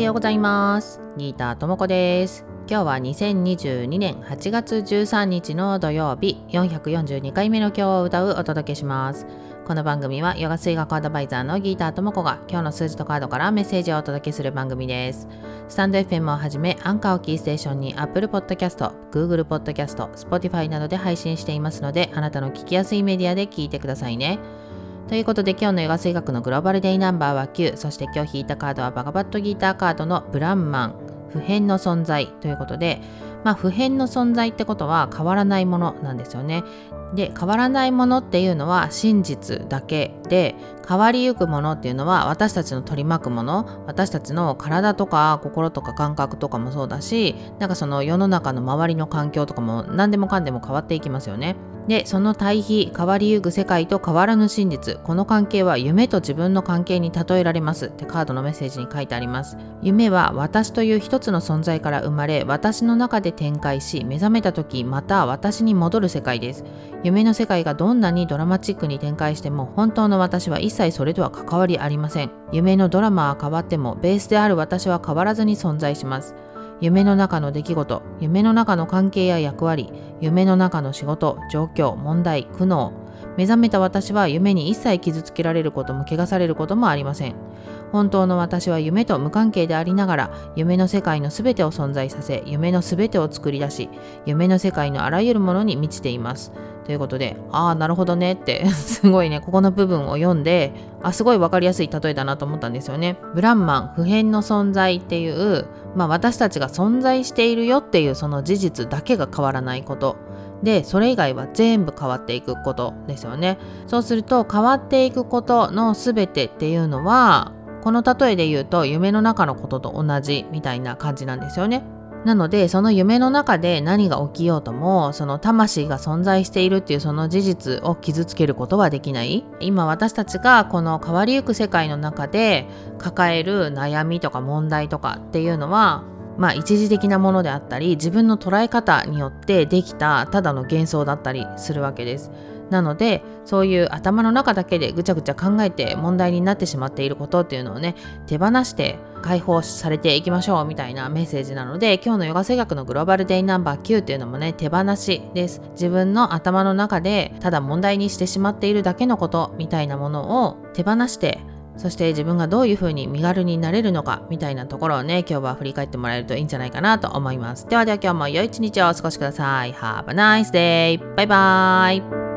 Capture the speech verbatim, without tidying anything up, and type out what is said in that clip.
ようございます。ギーターともこです。今日はにせんにじゅうにねんはちがつじゅうさんにちの土曜日、よんひゃくよんじゅうにかいめの今日を歌うお届けします。この番組はヨガ水学アドバイザーのギーターともこが今日の数字とカードからメッセージをお届けする番組です。スタンド エフエム をはじめアンカーをキーステーションに Apple Podcast、Google Podcast、Spotify などで配信していますので、あなたの聞きやすいメディアで聞いてくださいね。ということで今日のヨガ水学のグローバルデイナンバーはきゅう、そして今日引いたカードはバガバットギーターカードのブランマン、不変の存在ということで、まあ不変の存在ってことは変わらないものなんですよね。で、変わらないものっていうのは真実だけで、変わりゆくものっていうのは私たちの取り巻くもの、私たちの体とか心とか感覚とかもそうだし、なんかその世の中の周りの環境とかも何でもかんでも変わっていきますよね。で、その対比、変わりゆく世界と変わらぬ真実、この関係は夢と自分の関係に例えられますってカードのメッセージに書いてあります。夢は私という一つの存在から生まれ、私の中で展開し、目覚めた時また私に戻る世界です。夢の世界がどんなにドラマチックに展開しても、本当の私は一切それとは関わりありません。夢のドラマは変わっても、ベースである私は変わらずに存在します。夢の中の出来事、夢の中の関係や役割、夢の中の仕事、状況、問題、苦悩。目覚めた私は夢に一切傷つけられることも汚されることもありません。本当の私は夢と無関係でありながら、夢の世界のすべてを存在させ、夢のすべてを作り出し、夢の世界のあらゆるものに満ちています。ということで、ああなるほどねってすごいね、ここの部分を読んで、あすごいわかりやすい例えだなと思ったんですよね。ブランマン、不変の存在っていう、まあ私たちが存在しているよっていうその事実だけが変わらないことで、それ以外は全部変わっていくことですよね。そうすると変わっていくことのすべてっていうのは、この例えで言うと夢の中のことと同じみたいな感じなんですよね。なのでその夢の中で何が起きようとも、その魂が存在しているっていうその事実を傷つけることはできない。今私たちがこの変わりゆく世界の中で抱える悩みとか問題とかっていうのは、まあ一時的なものであったり、自分の捉え方によってできたただの幻想だったりするわけです。なのでそういう頭の中だけでぐちゃぐちゃ考えて問題になってしまっていることっていうのをね、手放して解放されていきましょうみたいなメッセージなので、今日のヨガ水学のグローバルデイナンバーきゅうっていうのもね、手放しです。自分の頭の中でただ問題にしてしまっているだけのことみたいなものを手放して、そして自分がどういう風に身軽になれるのかみたいなところをね、今日は振り返ってもらえるといいんじゃないかなと思います。ではでは今日も良い一日をお過ごしください。Have a nice day! バイバイ。